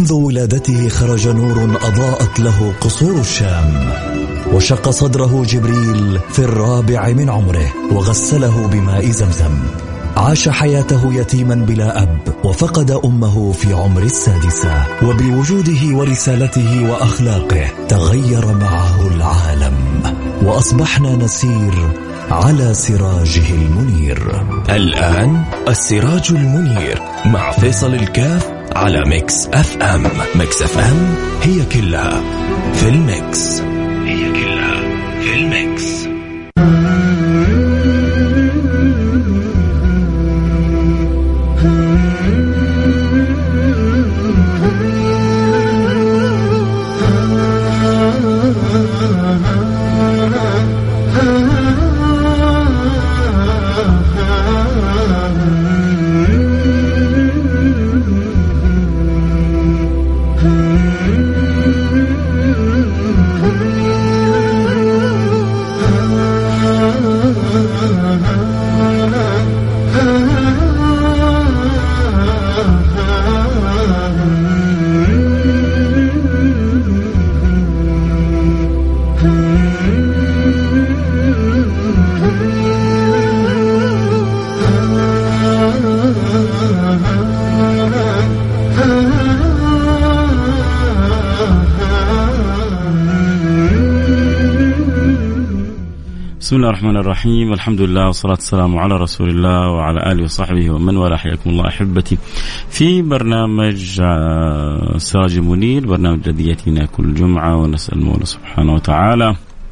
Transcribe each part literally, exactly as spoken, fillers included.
منذ ولادته خرج نور أضاءت له قصور الشام، وشق صدره جبريل في الرابع من عمره وغسله بماء زمزم. عاش حياته يتيما بلا أب، وفقد أمه في عمر السادسة، وبوجوده ورسالته وأخلاقه تغير معه العالم، وأصبحنا نسير على سراجه المنير. الآن السراج المنير مع فيصل الكاف على ميكس أف أم. ميكس أف أم هي كلها في الميكس، هي كلها في الميكس. بسم الله الرحمن الرحيم، الحمد لله والصلاة والسلام على رسول الله وعلى آله وصحبه ومن والاه. حياكم الله أحبتي في برنامج سراج منير، برنامج الذي يأتينا كل جمعة، ونسأل المولى سبحانه وتعالى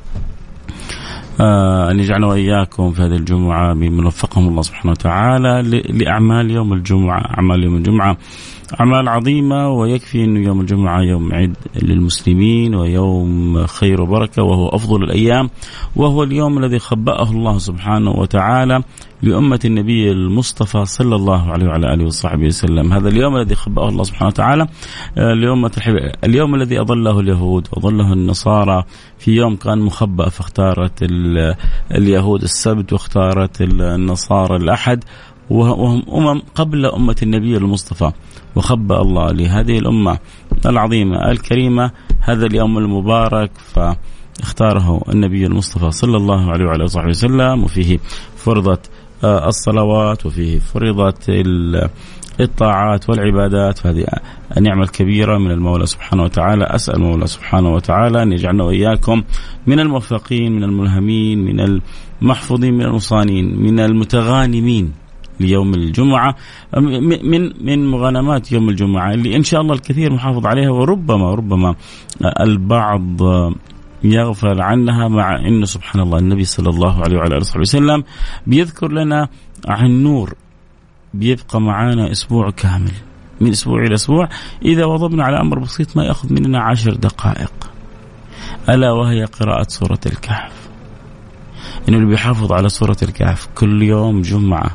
أن يجعلنا وإياكم في هذه الجمعة ممن وفقهم الله سبحانه وتعالى لأعمال يوم الجمعة. أعمال يوم الجمعة أعمال عظيمة، ويكفي أن يوم الجمعة يوم عيد للمسلمين ويوم خير وبركة، وهو أفضل الأيام، وهو اليوم الذي خبأه الله سبحانه وتعالى لأمة النبي المصطفى صلى الله عليه وعلى آله وصحبه وسلم. هذا اليوم الذي خبأه الله سبحانه وتعالى لأمة الحبيب، اليوم الذي أضله اليهود وأضله النصارى في يوم كان مخبأ، فاختارت اليهود السبت واختارت النصارى الأحد، وهم أمم قبل أمة النبي المصطفى، وخبأ الله لهذه الأمة العظيمة الكريمة هذا اليوم المبارك، فاختاره النبي المصطفى صلى الله عليه وعلى صحبه وسلم، وفيه فرضة الصلوات، وفيه فرضة الطاعات والعبادات، فهذه النعمة الكبيرة من المولى سبحانه وتعالى. أسأل المولى سبحانه وتعالى أن يجعلنا وإياكم من الموفقين، من الملهمين، من المحفوظين، من المصانين، من المتغانمين ليوم الجمعة، من من مغانمات يوم الجمعة اللي إن شاء الله الكثير محافظ عليها، وربما ربما البعض يغفل عنها، مع إنه سبحان الله النبي صلى الله عليه وعلى آله وسلم بيذكر لنا عن نور بيبقى معانا أسبوع كامل، من أسبوع إلى أسبوع إذا وضبنا على أمر بسيط ما يأخذ مننا عشر دقائق، ألا وهي قراءة سورة الكهف. إنه اللي بيحافظ على سورة الكهف كل يوم جمعة،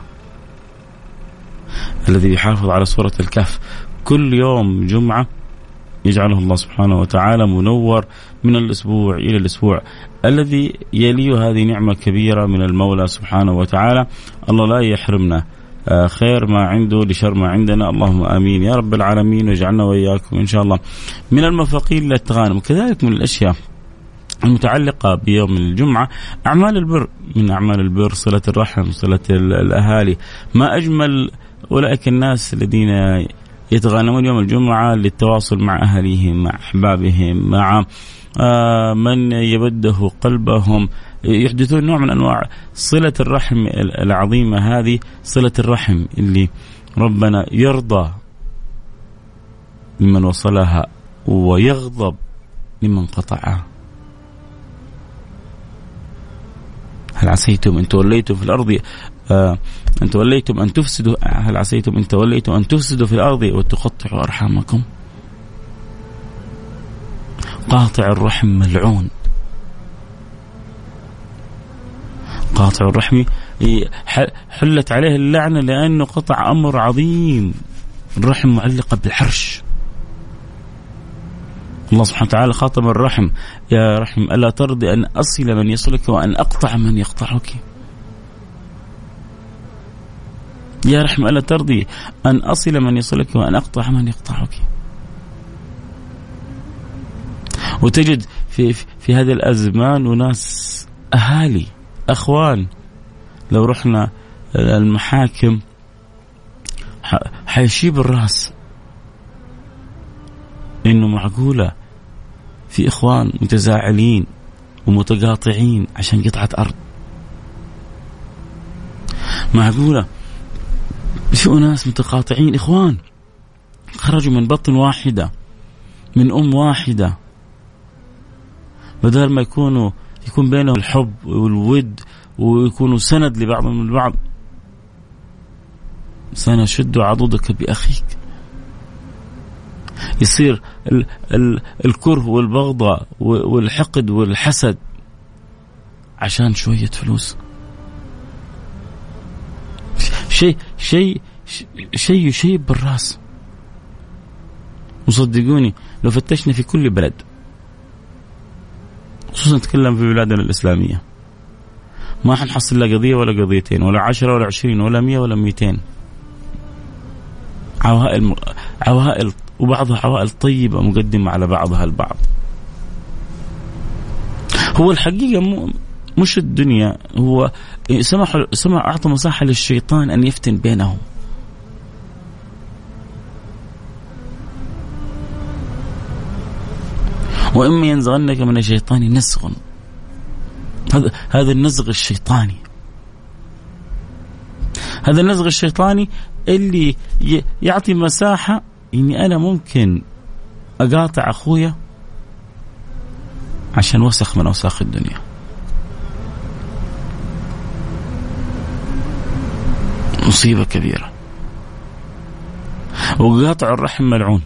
الذي يحافظ على سورة الكهف كل يوم جمعة يجعله الله سبحانه وتعالى منور من الأسبوع إلى الأسبوع الذي يليه. هذه نعمة كبيرة من المولى سبحانه وتعالى، الله لا يحرمنا خير ما عنده لشر ما عندنا، اللهم آمين يا رب العالمين، ويجعلنا وإياكم إن شاء الله من الموفقين للتغانم. وكذلك من الأشياء المتعلقة بيوم الجمعة أعمال البر، من أعمال البر صلة الرحم، صلة الأهالي. ما أجمل أولئك الناس الذين يتغانمون يوم الجمعة للتواصل مع أهليهم، مع أحبابهم، مع من يبده قلبهم، يحدثون نوع من أنواع صلة الرحم العظيمة. هذه صلة الرحم اللي ربنا يرضى لمن وصلها ويغضب لمن قطعها. هل عسيتم إن توليتم في الأرض آه أن توليتم أن تفسدوا هل عسيتم إن توليتم أن تفسدوا في الأرض وتقطعوا أرحامكم؟ قاطع الرحم ملعون، قاطع الرحم حلت عليه اللعنة لأنه قطع أمر عظيم. الرحم معلقة بالحرش. الله سبحانه وتعالى خاطب الرحم: يا رحم ألا ترضي أن أصل من يصلك وأن أقطع من يقطعك؟ يا رحم ألا ترضي أن أصل من يصلك وأن أقطع من يقطعك؟ وتجد في في هذه الأزمان وناس أهالي أخوان لو رحنا المحاكم حيشيب الرأس إنه معقولة في إخوان متزاعلين ومتقاطعين عشان قطعة أرض؟ معقولة في أناس متقاطعين إخوان خرجوا من بطن واحدة من أم واحدة، بدل ما يكونوا يكون بينهم الحب والود ويكونوا سند لبعضهم البعض، سنشد عضدك بأخيك. يصير ال ال الكره والبغضاء والحقد والحسد عشان شوية فلوس. شيء شيء شيء يشيب بالراس. وصدقوني لو فتشنا في كل بلد، خصوصا نتكلم في بلادنا الإسلامية، ما حنحصل لا قضية ولا قضيتين ولا عشرة ولا عشرين ولا مية ولا ميتين عوائل عوائل وبعضها عوائل طيبة مقدمة على بعضها البعض. هو الحقيقة مش الدنيا، هو سمح سمح أعطى مساحة للشيطان أن يفتن بينهم. وإما ينزغنك من الشيطان نزغ، هذا هذا النزغ الشيطاني، هذا النزغ الشيطاني اللي يعطي مساحة إني أنا ممكن أقاطع أخويا عشان وسخ من أوساخ الدنيا. مصيبة كبيرة. وقاطع الرحم ملعون.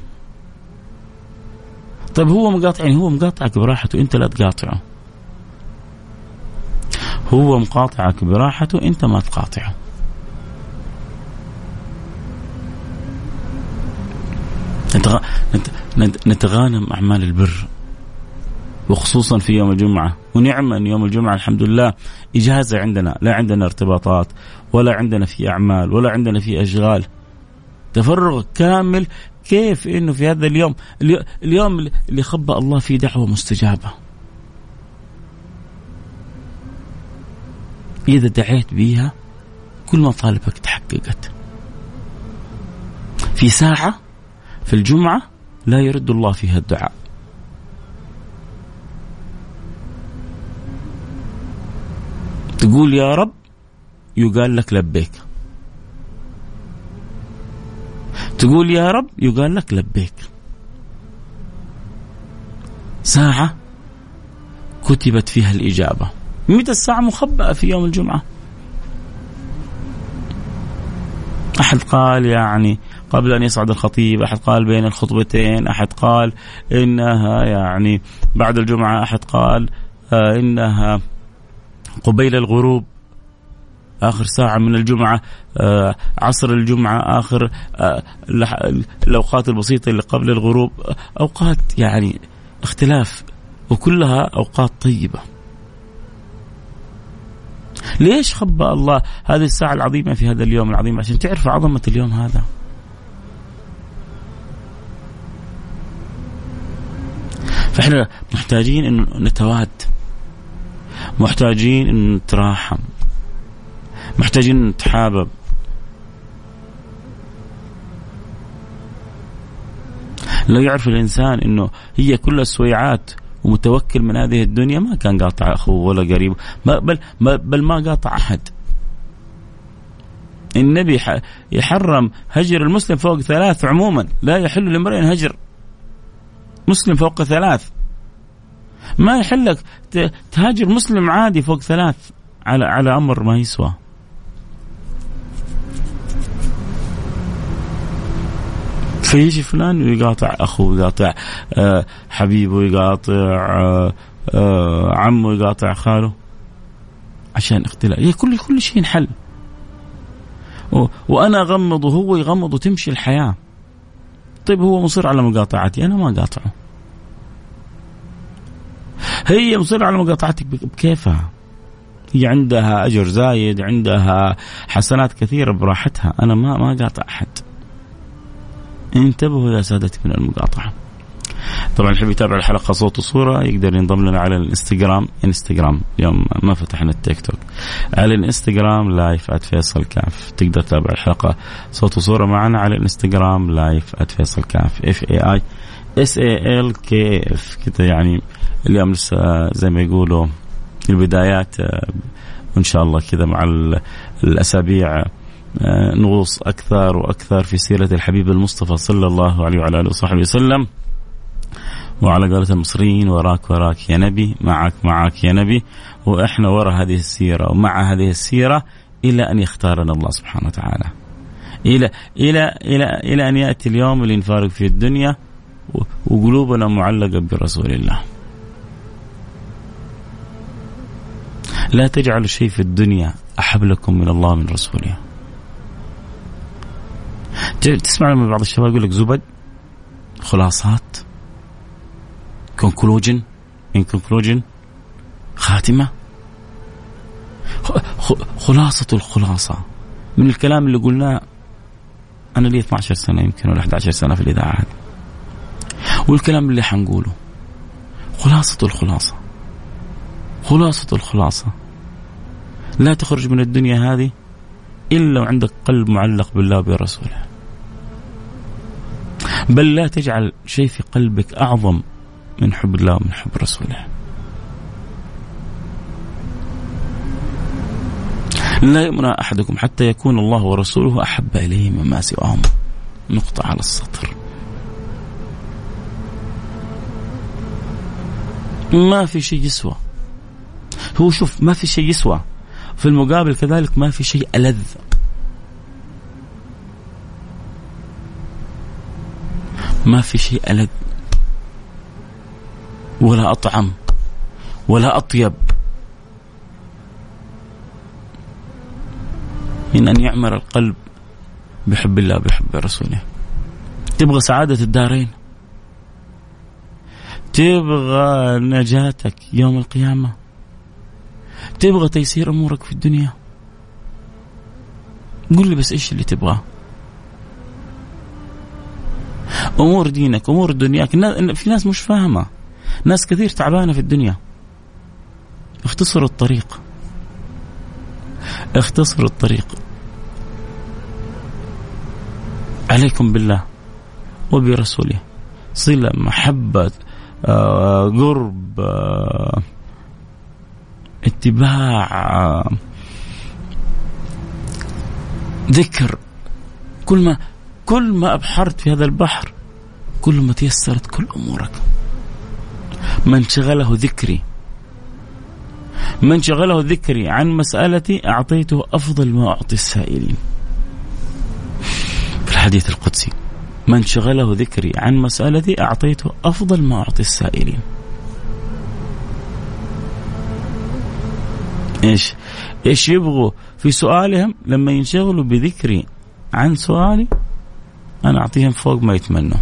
طيب هو مقاطع، يعني هو مقاطعك براحته، أنت لا تقاطعه. هو مقاطعك براحته، أنت ما تقاطعه. نتغانم أعمال البر، وخصوصا في يوم الجمعة. ونعم أن يوم الجمعة الحمد لله إجازة عندنا، لا عندنا ارتباطات ولا عندنا في أعمال ولا عندنا في أشغال، تفرغ كامل. كيف إنه في هذا اليوم اليوم اللي خبأ الله فيه دعوة مستجابة، إذا دعيت بيها كل مطالبك تحققت في ساعة. في الجمعة لا يرد الله فيها الدعاء. تقول يا رب يقال لك لبيك، تقول يا رب يقال لك لبيك. ساعة كتبت فيها الإجابة. متى الساعة مخبأة في يوم الجمعة؟ أحد قال يعني قبل أن يصعد الخطيب، أحد قال بين الخطبتين، أحد قال إنها يعني بعد الجمعة، أحد قال آه إنها قبيل الغروب، آخر ساعة من الجمعة، آه عصر الجمعة، آخر آه الأوقات البسيطة اللي قبل الغروب. أوقات يعني اختلاف، وكلها أوقات طيبة. ليش خبأ الله هذه الساعة العظيمة في هذا اليوم العظيم؟ عشان تعرف عظمة اليوم هذا. فإحنا محتاجين إن نتواد، محتاجين إن نتراحم، محتاجين إن نتحابب. لو يعرف الإنسان إنه هي كل السويعات ومتوكل من هذه الدنيا، ما كان قاطع أخوه ولا قريب، بل بل ما قاطع أحد. النبي يحرم هجر المسلم فوق ثلاث عموما، لا يحل لامرئ هجر مسلم فوق ثلاث. ما يحلك تهاجر مسلم عادي فوق ثلاث على على أمر ما يسوى. فيجي فلان ويقاطع أخوه، ويقاطع آه حبيبه، ويقاطع آه آه عمه، ويقاطع خاله عشان اختلاف. هي كل كل شيء حل، وأنا أغمض وهو يغمض وتمشي الحياة. طيب هو مصر على مقاطعتي، أنا ما قاطعه. هي مصر على مقاطعتك بكيفها، هي عندها أجر زايد، عندها حسنات كثيرة براحتها، أنا ما ما قاطع أحد. انتبهوا يا سادتي من المقاطعة. طبعا اللي يحب يتابع الحلقة صوت وصورة يقدر ينضم لنا على الانستغرام. انستغرام اليوم ما فتحنا التيك توك. على الانستغرام لايف @فيصل كاف تقدر تتابع الحلقة صوت وصورة معنا على الانستغرام لايف @فيصل كاف اف اي اي اس اي ال كي اف كده. يعني اليوم لسه زي ما يقولوا البدايات، وإن شاء الله كذا مع الأسابيع نغوص أكثر وأكثر في سيرة الحبيب المصطفى صلى الله عليه وعلى آله وصحبه وسلم. وعلى قولة المصريين وراك وراك يا نبي، معك معك يا نبي، وإحنا وراء هذه السيرة ومع هذه السيرة إلى أن يختارنا الله سبحانه وتعالى، إلى إلى إلى إلى أن يأتي اليوم اللي نفارق فيه الدنيا وقلوبنا معلقة برسول الله. لا تجعلوا شيء في الدنيا أحب لكم من الله من رسوله. تسمع من بعض الشباب يقول لك زبد، خلاصات، كونكلوجن، من كونكلوجن خاتمة، خلاصة الخلاصة من الكلام اللي قلناه. أنا لي اثنتي عشرة سنة يمكن ولا إحدى عشرة سنة في الإذاعة هذه، والكلام اللي حنقوله خلاصة الخلاصة، خلاصة الخلاصة. لا تخرج من الدنيا هذه إلا وعندك قلب معلق بالله وبرسوله، بل لا تجعل شيء في قلبك أعظم من حب الله ومن حب رسوله. لا يؤمن أحدكم حتى يكون الله ورسوله أحب إليه مما سواهم. نقطة على السطر. ما في شيء يسوى. هو شوف ما في شيء يسوى، في المقابل كذلك ما في شيء ألذ. ما في شيء ألذ ولا أطعم ولا أطيب من أن يعمر القلب بحب الله بحب رسوله. تبغى سعادة الدارين، تبغى نجاتك يوم القيامة، تبغى تيسير أمورك في الدنيا، قل لي بس إيش اللي تبغاه. أمور دينك، أمور دنياك. في ناس مش فاهمة، ناس كثير تعبانة في الدنيا. اختصروا الطريق، اختصروا الطريق. عليكم بالله وبرسوله صلة، محبة، آه، قرب، آه، اتباع، آه، ذكر. كل ما كل ما أبحرت في هذا البحر كل ما تيسرت كل أمورك. من شغله ذكري من شغله ذكري عن مسألتي أعطيته أفضل ما أعطي السائلين. في الحديث القدسي من شغله ذكري عن مسألتي أعطيته أفضل ما أعطي السائلين. إيش إيش يبغوا في سؤالهم؟ لما ينشغلوا بذكري عن سؤالي أنا أعطيهم فوق ما يتمنوا،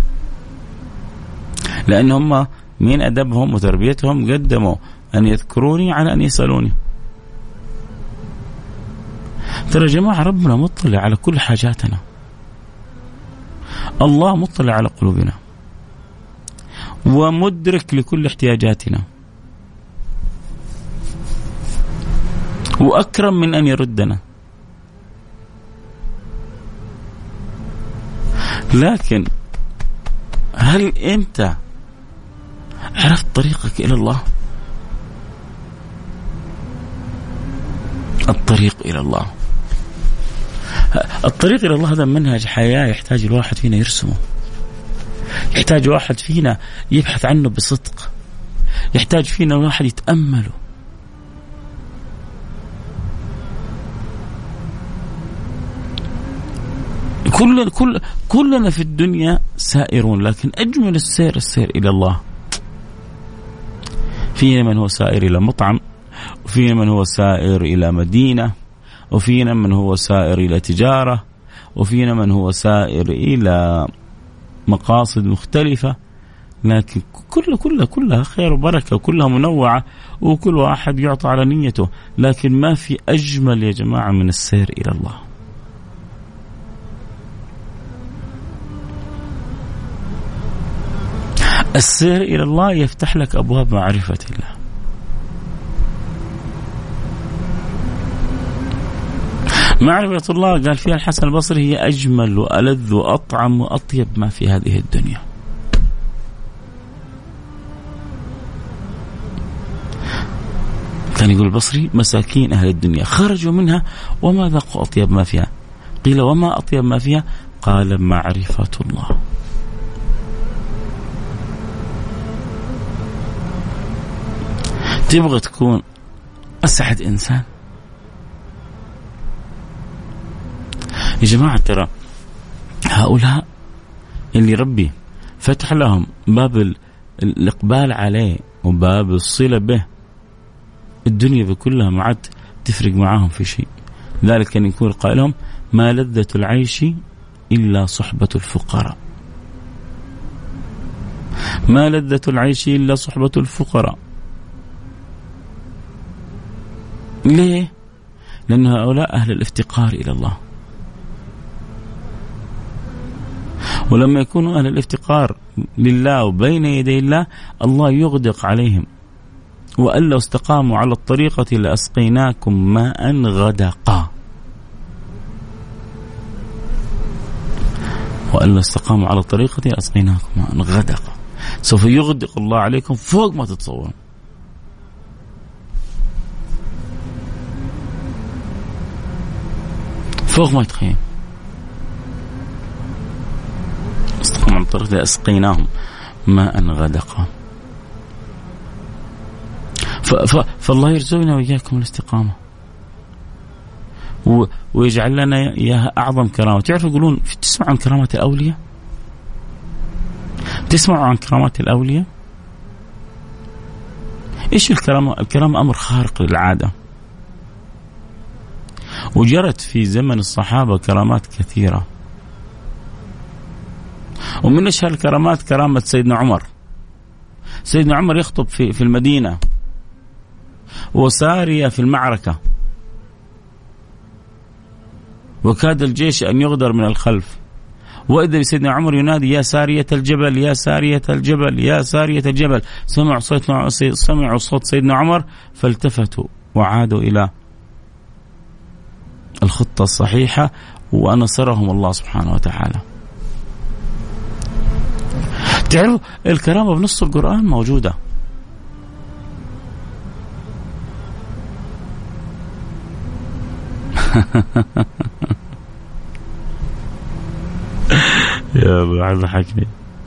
لأن هم من أدبهم وتربيتهم قدموا أن يذكروني على أن يسألوني. ترى يا جماعة ربنا مطلع على كل حاجاتنا، الله مطلع على قلوبنا ومدرك لكل احتياجاتنا، وأكرم من أن يردنا. لكن هل أنت عرفت طريقك إلى الله؟ الطريق إلى الله، الطريق إلى الله هذا منهج حياة يحتاج الواحد فينا يرسمه، يحتاج واحد فينا يبحث عنه بصدق، يحتاج فينا الواحد يتأمله. كل كل كلنا في الدنيا سائرون، لكن أجمل السير السير إلى الله. فينا من هو سائر إلى مطعم، وفينا من هو سائر إلى مدينة، وفينا من هو سائر إلى تجارة، وفينا من هو سائر إلى مقاصد مختلفة. لكن كلها كلها كلها خير وبركة، وكلها منوعة، وكل واحد يعطى على نيته. لكن ما في أجمل يا جماعة من السير إلى الله. السير إلى الله يفتح لك أبواب معرفة الله. معرفة الله قال فيها الحسن البصري هي أجمل وألذ وأطعم وأطيب ما في هذه الدنيا. كان يقول البصري مساكين أهل الدنيا خرجوا منها وما ذاقوا أطيب ما فيها. قيل وما أطيب ما فيها؟ قال معرفة الله. تبغى تكون أسعد إنسان؟ يا جماعة ترى هؤلاء اللي ربي فتح لهم باب الإقبال عليه وباب الصلة به، الدنيا بكلها ما عاد تفرق معاهم في شيء. ذلك كان يكون قائلهم ما لذة العيش إلا صحبة الفقراء، ما لذة العيش إلا صحبة الفقراء. ليه؟ لأن هؤلاء أهل الافتقار إلى الله، ولما يكونوا أهل الافتقار لله وبين يدي الله الله يغدق عليهم. وأن لو استقاموا على الطريقة لأسقيناكم ماء غدقا، وأن لو استقاموا على الطريقة لأسقيناكم ماء غدقا. سوف يغدق الله عليكم فوق ما تتصورون. فوق ما يتخيل. استقاموا على الطريقة لأسقيناهم ماء غدقا. فالله يرزقنا وإياكم الاستقامة ويجعل لنا إياها أعظم كرامة. تعرفوا يقولون تسمعوا عن كرامات الأولياء؟ تسمعوا عن كرامات الأولياء؟ إيش الكرامة؟ الكرامة أمر خارق للعادة، وجرت في زمن الصحابة كرامات كثيرة، ومن أشهر الكرامات كرامة سيدنا عمر. سيدنا عمر يخطب في في المدينة وسارية في المعركة، وكاد الجيش أن يغدر من الخلف، وإذا بسيدنا عمر ينادي يا سارية الجبل يا سارية الجبل يا سارية الجبل. سمعوا صوت سمعوا صوت سيدنا عمر فالتفتوا وعادوا إلى الخطة الصحيحة ونصرهم الله سبحانه وتعالى. تعرفوا الكرامة بنص القرآن موجودة. يا الله عايز حكني.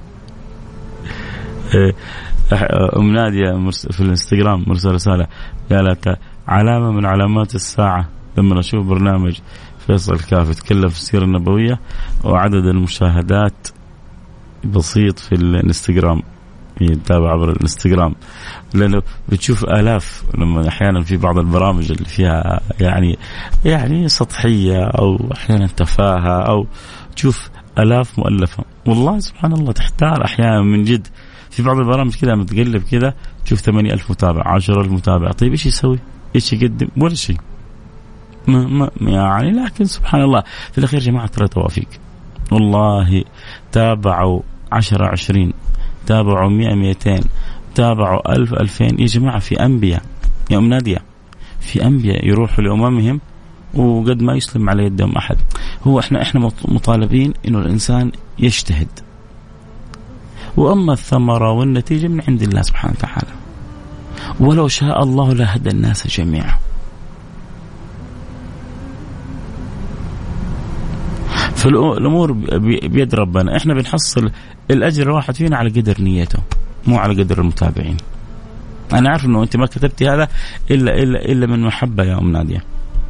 أم نادية في الانستغرام مرسل رسالة قالت علامة من علامات الساعة لما نشوف برنامج فيصل الكاف يتكلم في السيرة النبوية وعدد المشاهدات بسيط في الانستغرام، يتابع عبر الانستغرام، لأنه بتشوف آلاف لما أحيانا في بعض البرامج اللي فيها يعني يعني سطحية أو أحيانا تفاهة أو تشوف آلاف مؤلفة. والله سبحان الله تحتار أحيانا من جد. في بعض البرامج كذا متقلب كذا تشوف ثمانية ألف متابع عشرة ألف متابع. طيب إيش يسوي؟ إيش يقدم؟ ولا شيء. ما ما يعني لكن سبحان الله في الأخير جماعة ترى توافيق. والله تابعوا عشرة عشرين، تابعوا مئة مئتين، تابعوا ألف ألفين. يا جماعة في أنبياء يا أم نادية، في أنبياء يروحوا لأممهم وقد ما يسلم على يدهم أحد. هو إحنا إحنا مطالبين إنه الإنسان يجتهد، وأما الثمرة والنتيجة من عند الله سبحانه وتعالى. ولو شاء الله لهدى الناس جميعا. فالأمور بيد ربنا. إحنا بنحصل الأجر الواحد فينا على قدر نيته مو على قدر المتابعين. أنا عارف إنه أنت ما كتبتي هذا إلا إلا إلا من محبة يا أم نادية،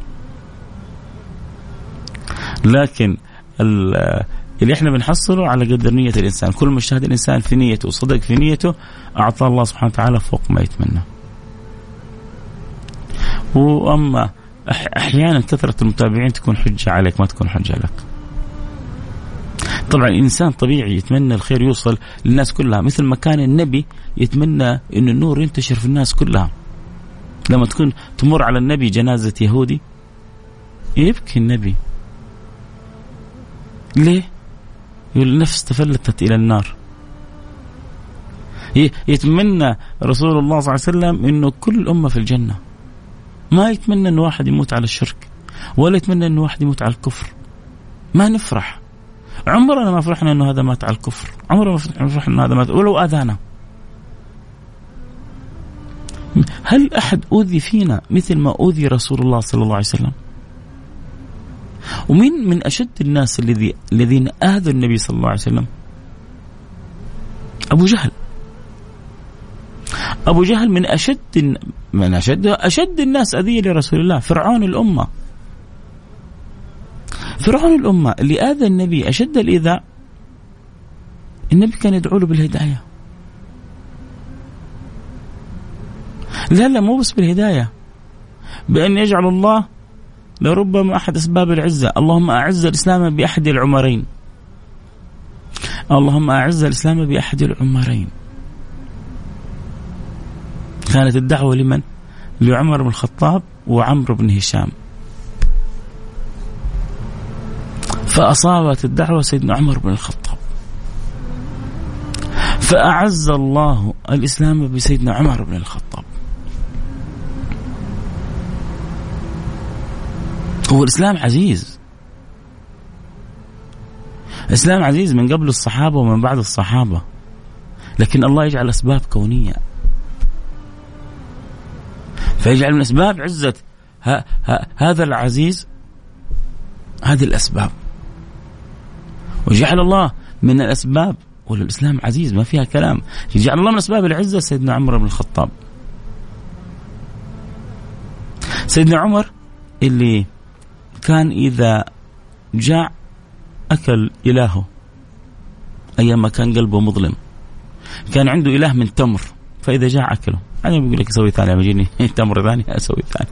لكن اللي إحنا بنحصله على قدر نية الإنسان. كل ما اجتهد الإنسان في نيته وصدق في نيته أعطى الله سبحانه وتعالى فوق ما يتمنى. وأما أحيانا كثرة المتابعين تكون حجة عليك ما تكون حجة لك. طبعا الإنسان طبيعي يتمنى الخير يوصل للناس كلها، مثل ما كان النبي يتمنى أن النور ينتشر في الناس كلها. لما تكون تمر على النبي جنازة يهودي يبكي النبي. ليه؟ يقول النفس تفلتت إلى النار. يتمنى رسول الله صلى الله عليه وسلم إنه كل الأمة في الجنة، ما يتمنى إنه واحد يموت على الشرك ولا يتمنى إنه واحد يموت على الكفر. ما نفرح، عمرنا ما فرحنا إنه هذا مات على الكفر، عمرنا ما فرحنا إنه هذا مات ولو أذانا. هل أحد أوذي فينا مثل ما أوذي رسول الله صلى الله عليه وسلم؟ ومن من أشد الناس الذي الذين آذوا النبي صلى الله عليه وسلم؟ أبو جهل. أبو جهل من أشد من أشد أشد الناس أذية لرسول الله. فرعون الأمة، فرعون الأمة اللي آذى النبي أشد الإيذاء. النبي كان يدعو له بالهداية. لا لا مو بس بالهداية، بأن يجعل الله لربما أحد أسباب العزة. اللهم أعز الإسلام بأحد العمرين، اللهم أعز الإسلام بأحد العمرين. كانت الدعوة لمن؟ لعمر بن الخطاب وعمرو بن هشام، فأصابت الدعوة سيدنا عمر بن الخطاب، فأعز الله الإسلام بسيدنا عمر بن الخطاب. هو الإسلام عزيز، الإسلام عزيز من قبل الصحابة ومن بعد الصحابة، لكن الله يجعل أسباب كونية، فيجعل من أسباب عزة ها ها هذا العزيز هذه الأسباب، وجعل الله من الأسباب، والإسلام عزيز ما فيها كلام، يجعل الله من أسباب العزة سيدنا عمر بن الخطاب. سيدنا عمر اللي كان إذا جاع أكل إلهه، أيام ما كان قلبه مظلم كان عنده إله من تمر، فإذا جاع أكله. أنا بقول لك أسوي ثاني، بيجيني تمر ثاني أسوي ثاني.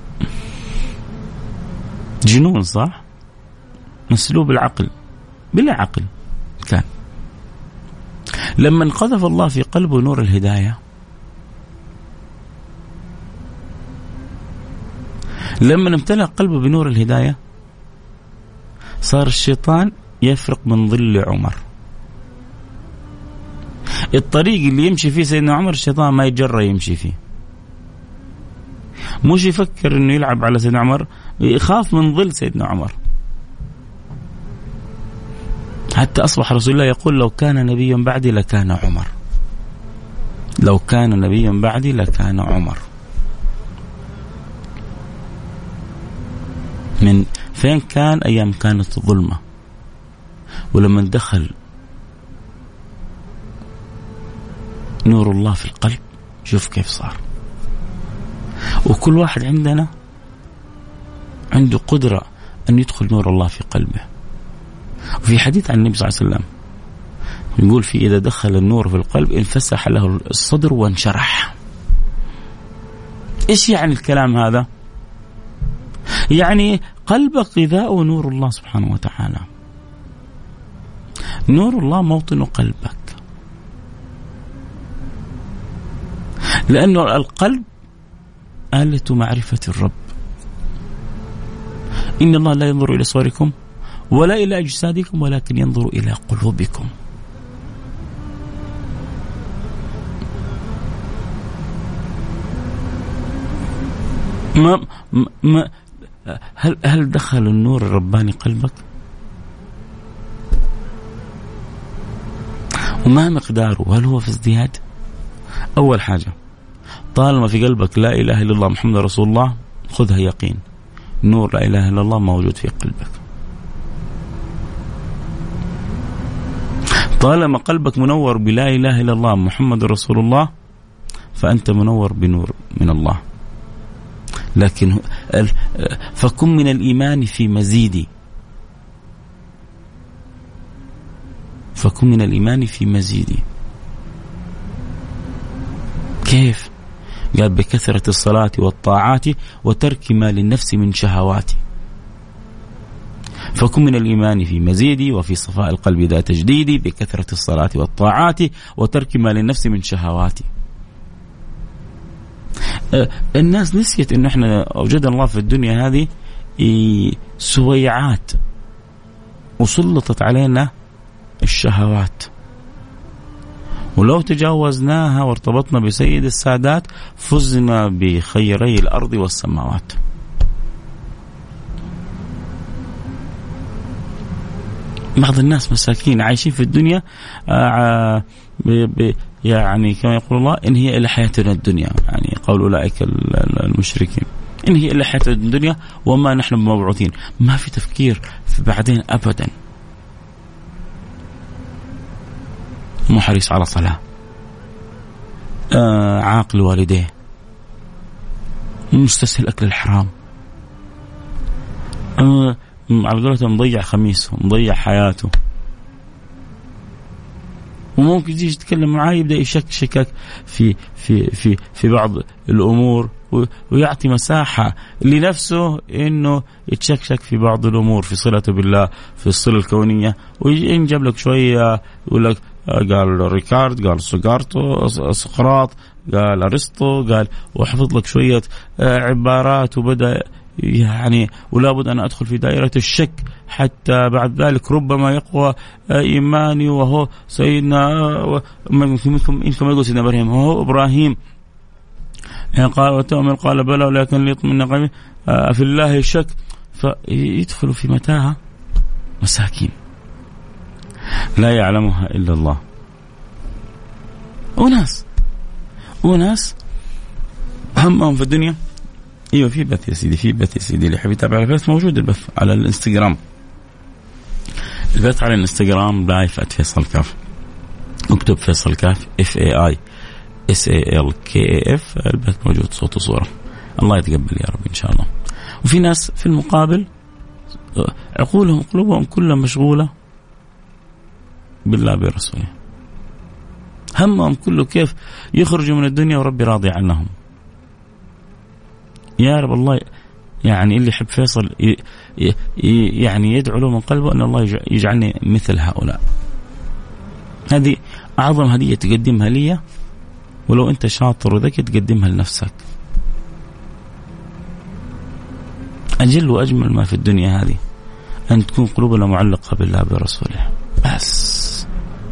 جنون صح؟ مسلوب العقل بلا عقل. كان لما انقذف الله في قلبه نور الهداية، لما امتلأ قلبه بنور الهداية صار الشيطان يفرق من ظل عمر. الطريق اللي يمشي فيه سيدنا عمر الشيطان ما يتجرأ يمشي فيه، مش يفكر انه يلعب على سيدنا عمر، يخاف من ظل سيدنا عمر. حتى أصبح رسول الله يقول لو كان نبيا بعدي لكان عمر، لو كان نبيا بعدي لكان عمر. من فين كان؟ أيام كانت الظلمة، ولما دخل نور الله في القلب شوف كيف صار. وكل واحد عندنا عنده قدرة أن يدخل نور الله في قلبه. وفي حديث عن النبي صلى الله عليه وسلم يقول في إذا دخل النور في القلب انفسح له الصدر وانشرح. إيش يعني الكلام هذا؟ يعني قلبك غذاء نور الله سبحانه وتعالى، نور الله موطن قلبك، لأنه القلب آلة معرفة الرب. إن الله لا ينظر إلى صوركم ولا إلى أجسادكم ولكن ينظر إلى قلوبكم. ما ما هل هل دخل النور الرباني قلبك؟ وما مقداره؟ هل هو في ازدياد؟ أول حاجة طالما في قلبك لا إله إلا الله محمد رسول الله خذها يقين، نور لا إله إلا الله موجود في قلبك. طالما قلبك منور بلا إله إلا الله محمد رسول الله فأنت منور بنور من الله. لكن فكن من الإيمان في مزيد، فكن من الإيمان في مزيد. كيف؟ قال بكثرة الصلاة والطاعات وترك ما للنفس من شهوات. فكن من الإيمان في مزيد وفي صفاء القلب ذا تجديد بكثرة الصلاة والطاعات وترك ما للنفس من شهوات. الناس نسيت إنه إحنا وجدنا الله في الدنيا هذه سويعات وسلطت علينا الشهوات، ولو تجاوزناها وارتبطنا بسيد السادات فزنا بخيري الأرض والسماوات. بعض الناس مساكين عايشين في الدنيا آه يعني كما يقول الله إن هي إلا حياتنا الدنيا، يعني قول أولئك المشركين إن هي إلا حياتنا الدنيا وما نحن بمبعوثين. ما في تفكير في بعدين أبدا. مو حريص على صلاة، آه عاقل والديه، مستسهل أكل الحرام، آه على قولته مضيع خميسه، مضيع حياته. وممكن تيجي تتكلم معاه يبدأ يشكشكك في في في في بعض الأمور ويعطي مساحة لنفسه إنه يتشكشك في بعض الأمور في صلته بالله، في الصلة الكونية، وينجب لك شوية يقول لك قال ريكارد، قال سقراط، سقراط، قال أرسطو، قال وحفظ لك شوية عبارات وبدأ يعني ولا بد أن أدخل في دائرة الشك حتى بعد ذلك ربما يقوى إيماني وهو سيدنا منكم إنكم يقول سيدنا إبراهيم هو إبراهيم قال وتؤمن قال بلى ولكن ليطمئن قلبي في الله شك. فيدخلوا في متاهة مساكين لا يعلمها إلا الله. وناس وناس همهم في الدنيا. ايوه في بث يا سيدي، في بث يا سيدي اللي يحب يتابع البث موجود البث على الانستغرام. البث على الانستغرام لايف ات فيصل كاف، اكتب فيصل كاف اف اي اي اس اي ال كي اي اف، البث موجود صوت وصوره. الله يتقبل يا رب ان شاء الله. وفي ناس في المقابل عقولهم قلوبهم كلها مشغوله بالله برسوله، همهم كله كيف يخرجوا من الدنيا وربي راضي عنهم. يا رب الله يعني اللي يحب فيصل يعني يدعو له من قلبه أن الله يجعلني مثل هؤلاء. هذه أعظم هدية تقدمها لي، ولو أنت شاطر وذكي تقدمها لنفسك. أجل وأجمل ما في الدنيا هذه أن تكون قلوبنا معلقة بالله برسوله بس.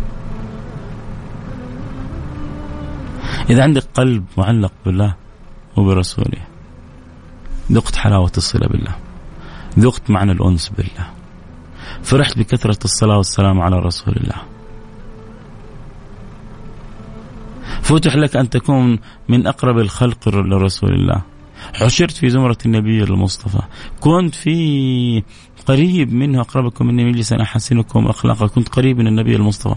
إذا عندك قلب معلق بالله وبرسوله ذقت حلاوة الصلة بالله، ذقت معنى الأنس بالله، فرحت بكثرة الصلاة والسلام على رسول الله، فتح لك أن تكون من أقرب الخلق لرسول الله، حشرت في زمرة النبي المصطفى، كنت في قريب منه أقربكم مني مجلسا أحسنكم أخلاقا، كنت قريب من النبي المصطفى.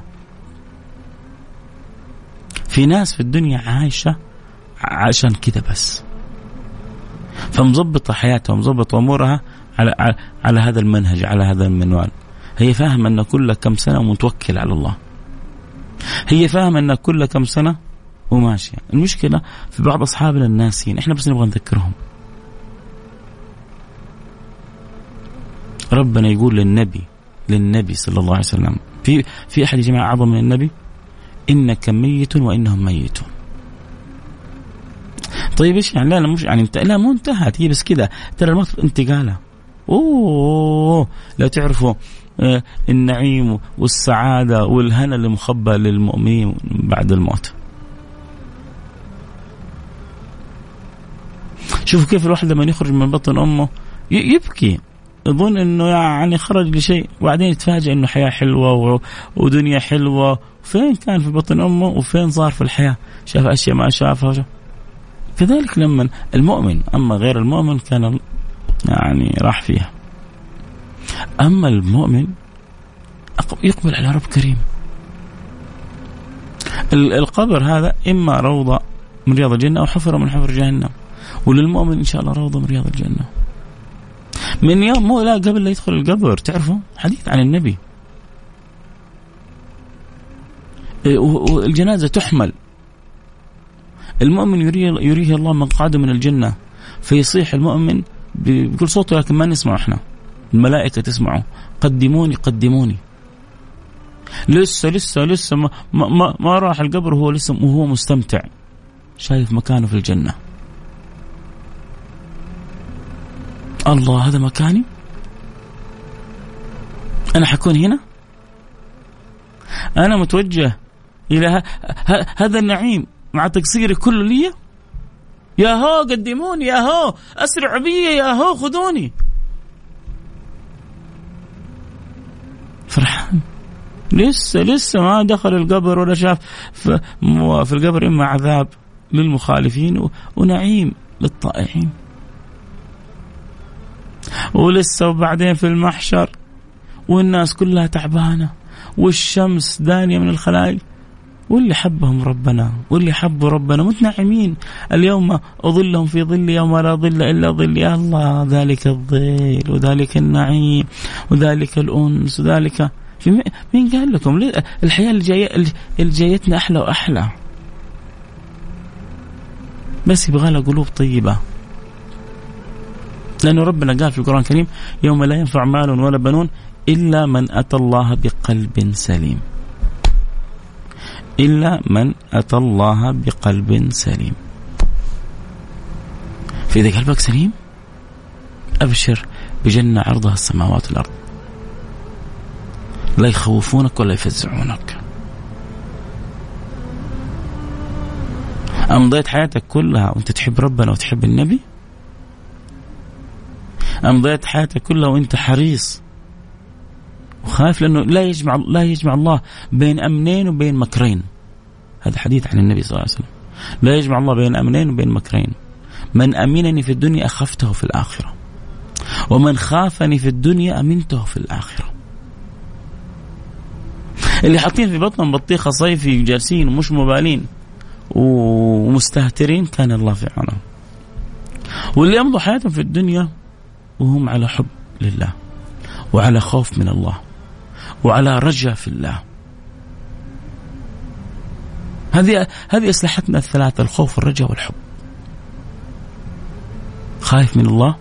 في ناس في الدنيا عايشة عشان كده بس، فمضبطة حياتها ومضبطة أمورها على, على على هذا المنهج، على هذا المنوال. هي فاهمة أن كل كم سنة متوكل على الله، هي فاهمة أن كل كم سنة وماشية. المشكلة في بعض أصحابنا الناسين، إحنا بس نبغى نذكرهم. ربنا يقول للنبي للنبي صلى الله عليه وسلم في في أحد جماعة أعظم من النبي: إنك ميت وإنهم ميتون. طيب إيش يعني؟ لا لا مش يعني انت لا مو انتهت هي بس كذا، ترى الموت انتقاله. أوه لا تعرفوا آه النعيم والسعادة والهنا اللي مخبى للمؤمنين بعد الموت. شوفوا كيف الواحد لما يخرج من بطن أمه يبكي، يظن إنه يعني خرج لشيء، وبعدين يتفاجأ إنه حياة حلوة ودنيا حلوة. فين كان في بطن أمه وفين صار في الحياة؟ شاف أشياء ما شافها. كذلك لما المؤمن، أما غير المؤمن كان يعني راح فيها. أما المؤمن يقبل على رب كريم. القبر هذا إما روضة من رياض الجنة أو حفرة من حفر جهنم، وللمؤمن إن شاء الله روضة من رياض الجنة. من يوم مو لا قبل لا يدخل القبر، تعرفوا حديث عن النبي، والجنازة تحمل، المؤمن يريه, يريه الله مقعده من الجنة، فيصيح المؤمن بكل صوته لكن ما نسمع احنا، الملائكة تسمعه: قدموني قدموني. لسه لسه لسه ما, ما, ما راح القبر، هو لسه وهو مستمتع شايف مكانه في الجنة. الله هذا مكاني، أنا حكون هنا، أنا متوجه إلى هذا النعيم مع تقصيري كله لي؟ يا هو قدموني، يا هو أسرعوا بي، يا هو خذوني. فرحان لسه لسه ما دخل القبر ولا شاف في, في القبر إما عذاب للمخالفين ونعيم للطائعين، ولسه وبعدين في المحشر والناس كلها تعبانة والشمس دانية من الخلائق، واللي حبهم ربنا واللي حبوا ربنا متنعمين. اليوم أظلهم في ظل يوم لا ظل إلا ظل. يا الله، ذلك الظل وذلك النعيم وذلك الأنس وذلك في مين قال لكم الحياة الجاية الجايتنا أحلى وأحلى، بس يبغى لها قلوب طيبة. لأنه ربنا قال في القرآن الكريم يوم لا ينفع مال ولا بنون إلا من أتى الله بقلب سليم، إلا من أتى الله بقلب سليم. فإذا قلبك سليم أبشر بجنة عرضها السماوات والأرض، لا يخوفونك ولا يفزعونك. أمضيت حياتك كلها وأنت تحب ربنا وتحب النبي؟ أمضيت حياتك كلها وأنت حريص وخايف؟ لأنه لا يجمع لا يجمع الله بين أمنين وبين مكرين. هذا حديث عن النبي صلى الله عليه وسلم. لا يجمع الله بين أمنين وبين مكرين. من أمنني في الدنيا أخفته في الآخرة، ومن خافني في الدنيا أمنته في الآخرة. اللي حاطين في بطنهم بطيخة صيفي جالسين ومش مبالين ومستهترين كان الله في عونهم، واللي يمضوا حياتهم في الدنيا وهم على حب لله وعلى خوف من الله وعلى رجاء في الله. هذه هذه أسلحتنا الثلاثة: الخوف والرجاء والحب. خايف من الله،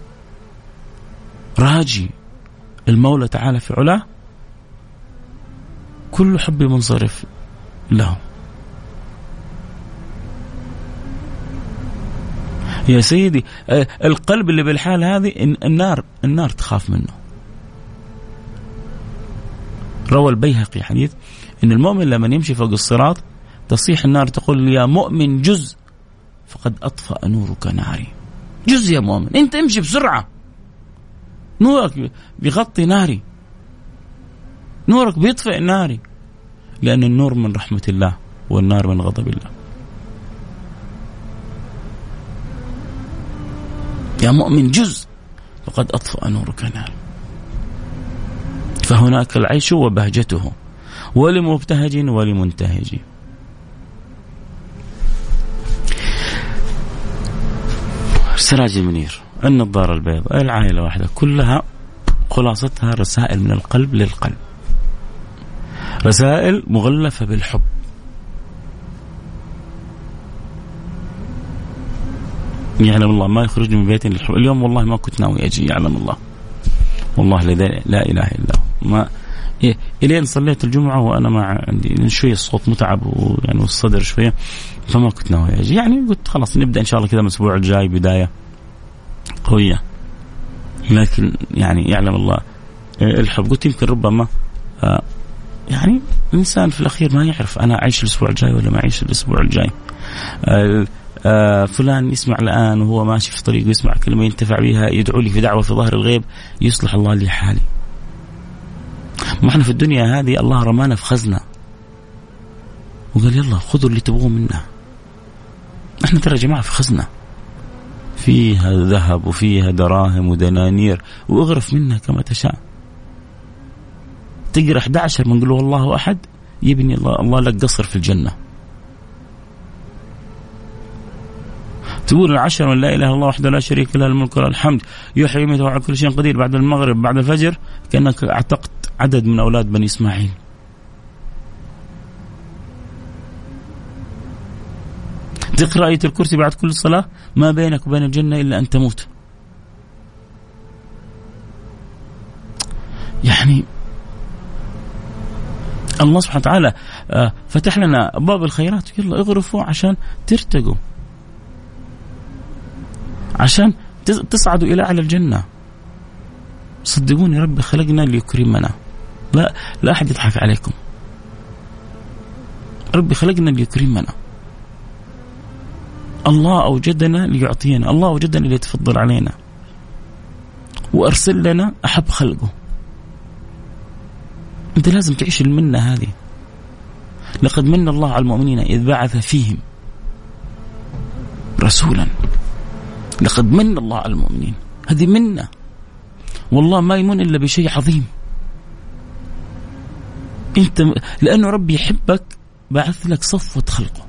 راجي المولى تعالى في علاه، كل حب منصرف له. يا سيدي القلب اللي بالحال هذه النار النار تخاف منه. روى البيهقي حديث إن المؤمن لما يمشي فوق الصراط تصيح النار تقول يا مؤمن جز فقد أطفأ نورك ناري. جز يا مؤمن، أنت امشي بسرعة، نورك بيغطي ناري، نورك بيطفئ ناري، لأن النور من رحمة الله والنار من غضب الله. يا مؤمن جز فقد أطفأ نورك ناري. فهناك العيش وبهجته، ولمبتهج ولمنتهج. سراج المنير، النظارة البيضاء، العائلة واحدة، كلها خلاصتها رسائل من القلب للقلب، رسائل مغلفة بالحب. يعلم الله ما يخرجني من بيتي للحب. اليوم والله ما كنت ناوي أجي، يعلم الله والله لا إله إلا هو. ما إيه إلين صليت الجمعة وأنا ما عندي شوية الصوت متعب ويعني والصدر شوية، فما كنت ناوي أجي. يعني قلت خلاص نبدأ إن شاء الله كذا من الأسبوع الجاي بداية قوية، لكن يعني يعلم الله الحب. قلت يمكن ربما آه يعني الإنسان في الأخير ما يعرف أنا أعيش الأسبوع الجاي ولا ما أعيش الأسبوع الجاي. آه آه فلان يسمع الآن وهو ماشي في طريقه يسمع كلمة ينتفع بها، يدعو لي في دعوة في ظهر الغيب، يصلح الله لي حالي. ما احنا في الدنيا هذه الله رمانا في خزنة وقال يلا خذوا اللي تبغوه منا. احنا ترى جماعة في خزنة فيها ذهب وفيها دراهم ودنانير، واغرف منها كما تشاء. تقرأ أحد عشر من قلوه الله أحد، يبني الله, الله لك قصر في الجنة. تقول العشر من لا إله إلا الله وحده لا شريك له الملك وله الحمد يحيي ويميت وعلى كل شيء قدير، بعد المغرب بعد الفجر كأنك اعتقت عدد من أولاد بني إسماعيل. تقرأ آية الكرسي بعد كل صلاة، ما بينك وبين الجنة إلا أن تموت. يعني الله سبحانه وتعالى فتح لنا أبواب الخيرات، يلا اغرفوا عشان ترتقوا، عشان تصعدوا إلى أعلى الجنة. صدقوني ربي خلقنا ليكرمنا، لا لا أحد يضحك عليكم. ربي خلقنا ليكرمنا، الله أوجدنا ليعطينا، الله أوجدنا ليتفضل علينا، وأرسل لنا أحب خلقه. أنت لازم تعيش المنة هذه. لقد من الله على المؤمنين إذ بعث فيهم رسولا. لقد من الله على المؤمنين، هذه منة، والله ما يمن إلا بشيء عظيم. أنت لأنه ربي يحبك بعث لك صفوة خلقه.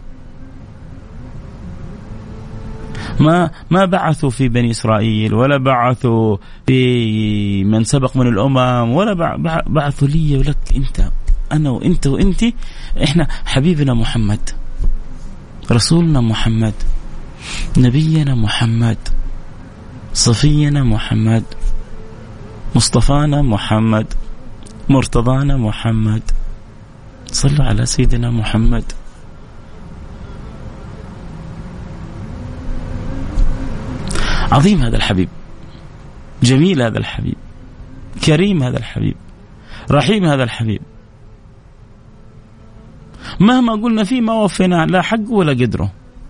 ما ما بعثوا في بني إسرائيل، ولا بعثوا في من سبق من الأمم، ولا بعثوا لي ولك أنت، أنا وأنت وأنت. إحنا حبيبنا محمد، رسولنا محمد، نبينا محمد، صفينا محمد، مصطفانا محمد، مرتضانا محمد. صلوا على سيدنا محمد. عظيم هذا الحبيب، جميل هذا الحبيب، كريم هذا الحبيب، رحيم هذا الحبيب. مهما قلنا فيه ما وفينا لا حق ولا قدره.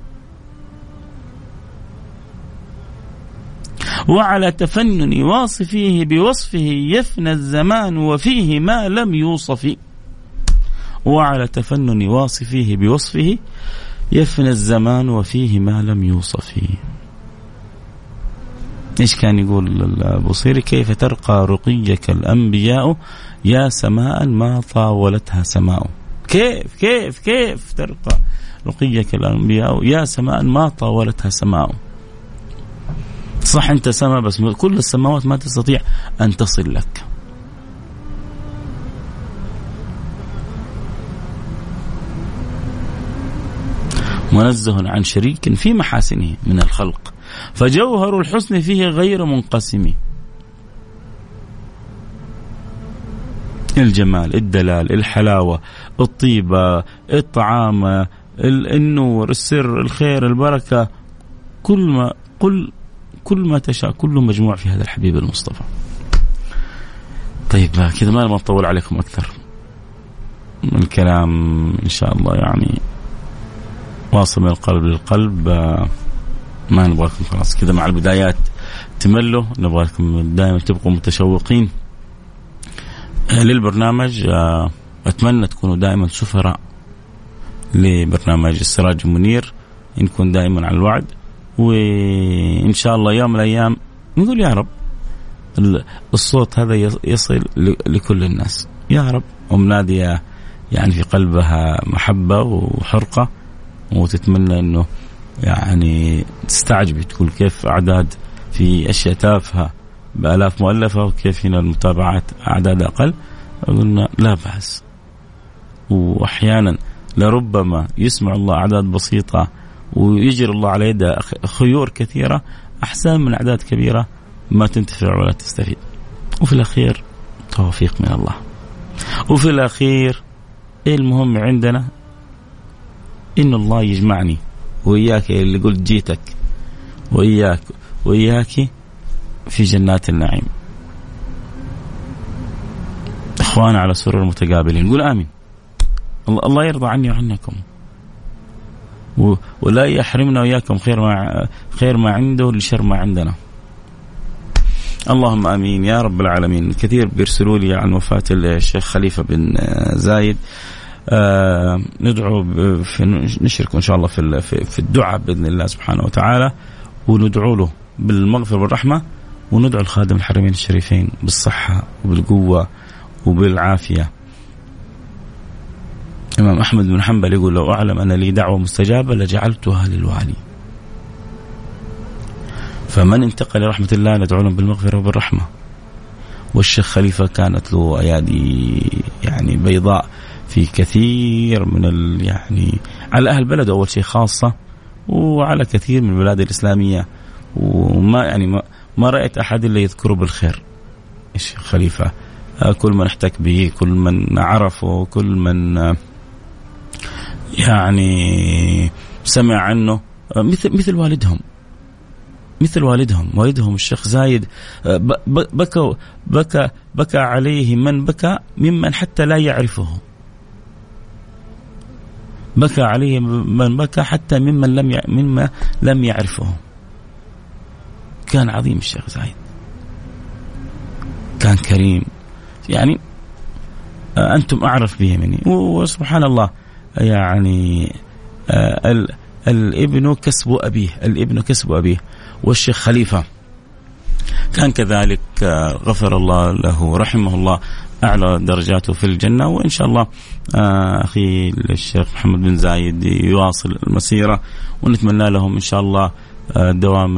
وعلى تفنن واصفيه بوصفه يفنى الزمان وفيه ما لم يوصف. وعلى تفنن واصفيه بوصفه يفنى الزمان وفيه ما لم يوصف. إيش كان يقول البصيري؟ كيف ترقى رقيك الأنبياء يا سماء ما طاولتها سماء. كيف كيف كيف ترقى رقيك الأنبياء يا سماء ما طاولتها سماء. صح أنت سماء، بس كل السماوات ما تستطيع أن تصل لك. منزه عن شريك في محاسنه من الخلق، فجوهر الحسن فيه غير منقسم. الجمال، الدلال، الحلاوة، الطيبة، الطعام، النور، السر، الخير، البركة، كل ما كل كل ما تشاء كله مجموع في هذا الحبيب المصطفى. طيب كذا ما نطول عليكم أكثر من الكلام، إن شاء الله يعني واصل من القلب للقلب. ما نبغاكم خلاص كذا مع البدايات تملوا، نبغاكم دائما تبقوا متشوقين للبرنامج. أتمنى تكونوا دائما سفراء لبرنامج السراج المنير، نكون دائما على الوعد، وإن شاء الله يوم من الأيام نقول يا رب الصوت هذا يصل لكل الناس يا رب. أم نادية يعني في قلبها محبة وحرقة، وتتمنى أنه يعني تستعجب تقول كيف أعداد في أشياء تافهة بآلاف مؤلفة، وكيف هنا المتابعات أعداد أقل. قلنا لا بأس، وأحيانا لربما يسمع الله أعداد بسيطة ويجري الله على يده خيور كثيرة أحسن من أعداد كبيرة ما تنتفع ولا تستفيد. وفي الأخير توفيق من الله. وفي الأخير المهم عندنا إن الله يجمعني وإياك، اللي قلت جيتك وإياك وإياك في جنات النعيم، إخوانا على سرر متقابلين. نقول آمين. الله يرضى عني وعنكم، ولا يحرمنا وإياكم خير ما خير ما عنده لشر ما عندنا. اللهم آمين يا رب العالمين. كثير بيرسلوا لي عن وفاة الشيخ خليفة بن زايد. آه ندعو في نشركم إن شاء الله في في الدعاء بإذن الله سبحانه وتعالى، وندعو له بالمغفرة والرحمة، وندعو الخادم الحرمين الشريفين بالصحة وبالقوة وبالعافية. إمام أحمد بن حنبل يقول لو أعلم أن لي دعوة مستجابة لجعلتها للوالي. فمن انتقل لرحمة الله ندعو لهم بالمغفرة وبالرحمة. والشيخ خليفة كانت له أيادي يعني بيضاء في كثير من ال يعني على أهل بلده أول شيء خاصة، وعلى كثير من البلاد الإسلامية، وما يعني ما, ما رأيت أحد إلا يذكره بالخير. الشيخ خليفة كل من احتك به، كل من عرفه، كل من يعني سمع عنه مثل مثل والدهم مثل والدهم والدهم الشيخ زايد. بكى بكى بكى عليه من بكى ممن حتى لا يعرفه. بكى عليه من بكى حتى ممن لم مما لم يعرفه. كان عظيم الشيخ زايد، كان كريم، يعني أنتم أعرف به مني. وسبحان الله يعني الابن كسب أبيه، الابن كسب أبيه. والشيخ خليفة كان كذلك، غفر الله له رحمه الله، أعلى درجاته في الجنة. وإن شاء الله أخي الشيخ محمد بن زايد يواصل المسيرة، ونتمنى لهم إن شاء الله دوام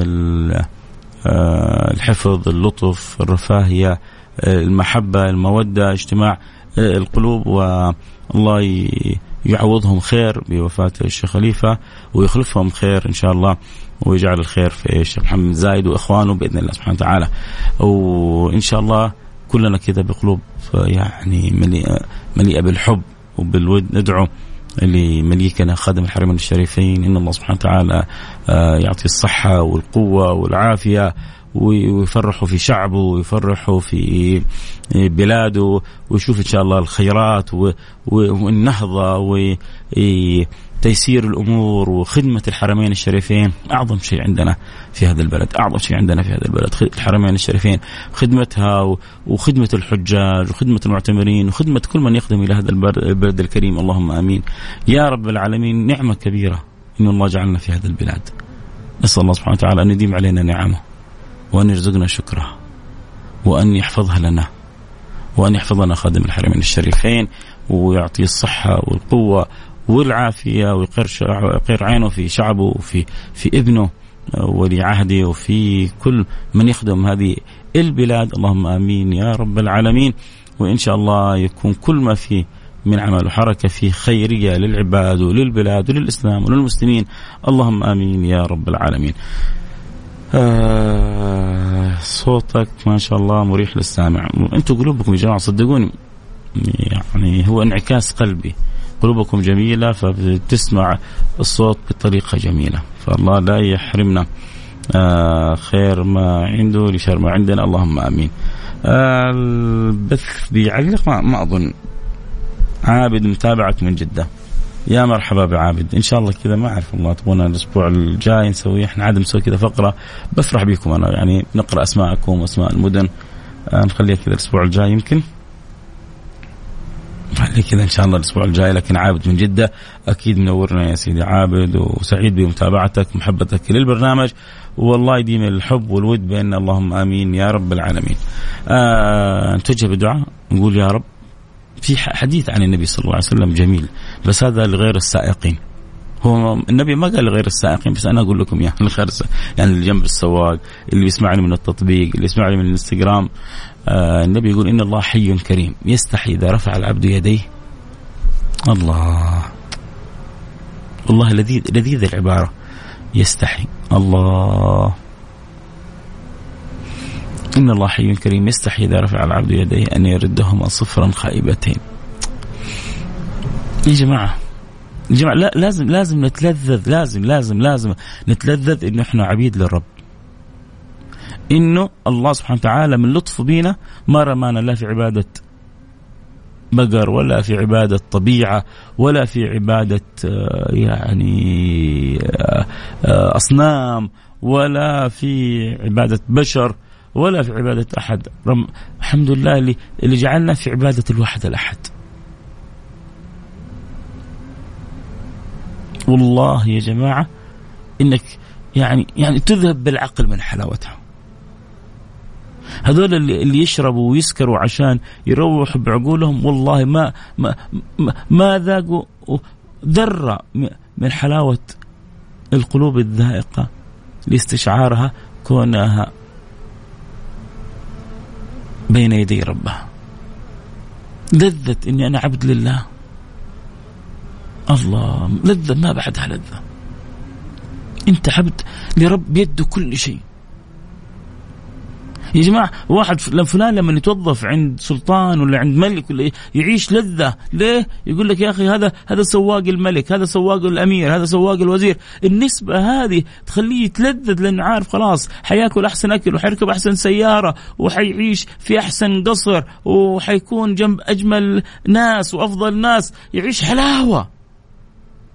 الحفظ، اللطف، الرفاهية، المحبة، المودة، اجتماع القلوب. والله يعوضهم خير بوفاة الشيخ خليفة، ويخلفهم خير إن شاء الله، ويجعل الخير في الشيخ محمد زايد وإخوانه بإذن الله سبحانه وتعالى. وإن شاء الله كلنا كذا بقلوب يعني مليئة, مليئة بالحب وبالود ندعو لمليكنا خادم الحرمين الشريفين، إن الله سبحانه وتعالى يعطي الصحة والقوة والعافية، ويفرحوا في شعبه ويفرحوا في بلاده، ويشوف إن شاء الله الخيرات والنهضة وتيسير الأمور وخدمة الحرمين الشريفين. أعظم شيء عندنا في هذا البلد، أعظم شيء عندنا في هذا البلد الحرمين الشريفين، خدمتها وخدمة الحجاج وخدمة المعتمرين وخدمة كل من يخدم إلى هذا البلد الكريم. اللهم آمين يا رب العالمين. نعمة كبيرة إن الله جعلنا في هذا البلاد. نسأل الله سبحانه وتعالى أن يديم علينا نعمه، وأن يرزقنا شكرها، وأن يحفظها لنا، وأن يحفظنا خادم الحرمين الشريفين، ويعطي الصحة والقوة والعافية، ويقر عينه في شعبه وفي في ابنه ولي عهده وفي كل من يخدم هذه البلاد. اللهم آمين يا رب العالمين. وإن شاء الله يكون كل ما فيه من عمل وحركة في خيرية للعباد وللبلاد وللإسلام وللمسلمين. اللهم آمين يا رب العالمين. آه صوتك ما شاء الله مريح للسامع. أنتوا قلوبكم يا جماعة صدقوني يعني هو انعكاس قلبي، قلوبكم جميلة فبتسمع الصوت بطريقة جميلة، فالله لا يحرمنا آه خير ما عنده لشر ما عندنا. اللهم آمين. آه البث بيعلق ما, ما أظن. عابد متابعك من جدة، يا مرحبا بعابد. إن شاء الله كذا ما أعرف الله تبغونا الأسبوع الجاي نسوي، إحنا عادة نسوي كذا فقرة بفرح بكم أنا، يعني نقرأ أسماءكم وأسماء المدن. آه نخليها كذا الأسبوع الجاي يمكن نخلي كذا إن شاء الله الأسبوع الجاي. لكن عابد من جدة أكيد منورنا يا سيدي عابد، وسعيد بمتابعتك محبتك للبرنامج، والله يديم الحب والود بيننا. اللهم آمين يا رب العالمين. آه نتوجه بالدعاء نقول يا رب. في حديث عن النبي صلى الله عليه وسلم جميل، بس هذا لغير السائقين. هو النبي ما قال لغير السائقين، بس أنا أقول لكم يعني لغير يعني اللي جنب السواق، اللي بيسمعني من التطبيق، اللي يسمعني من الانستغرام. آه النبي يقول إن الله حي كريم يستحي إذا رفع العبد يديه. الله والله لذيذ لذيذ العبارة، يستحي. الله إن الله حي كريم يستحي إذا رفع العبد يديه أن يردهما صفرا خائبتين. يا جماعة يا جماعة لا لازم لازم نتلذذ، لازم لازم لازم نتلذذ إنه إحنا عبيد للرب، إنه الله سبحانه وتعالى من لطف بينا ما رمانا لا في عبادة بقر ولا في عبادة طبيعة ولا في عبادة يعني أصنام ولا في عبادة بشر ولا في عبادة أحد. رم... الحمد لله اللي, اللي جعلنا في عبادة الواحد الأحد. والله يا جماعة إنك يعني يعني تذهب بالعقل من حلاوتها. هذول اللي, اللي يشربوا ويسكروا عشان يروحوا بعقولهم، والله ما ما ما, ما ذاقوا ذرة من حلاوة القلوب الذائقة لاستشعارها كونها بين يدي ربها. لذة إني أنا عبد لله، الله لذة ما بعدها لذة. أنت عبد لرب بيده كل شيء. يا جماعة واحد فلان لما يتوظف عند سلطان ولا عند ملك ولا يعيش لذة. ليه؟ يقول لك يا أخي هذا هذا سواق الملك، هذا سواق الأمير، هذا سواق الوزير. النسبة هذه تخليه يتلذذ لأنه عارف خلاص حياكل أحسن أكل وحيركب أحسن سيارة وحيعيش في أحسن قصر وحيكون جنب أجمل ناس وأفضل ناس، يعيش حلاوة.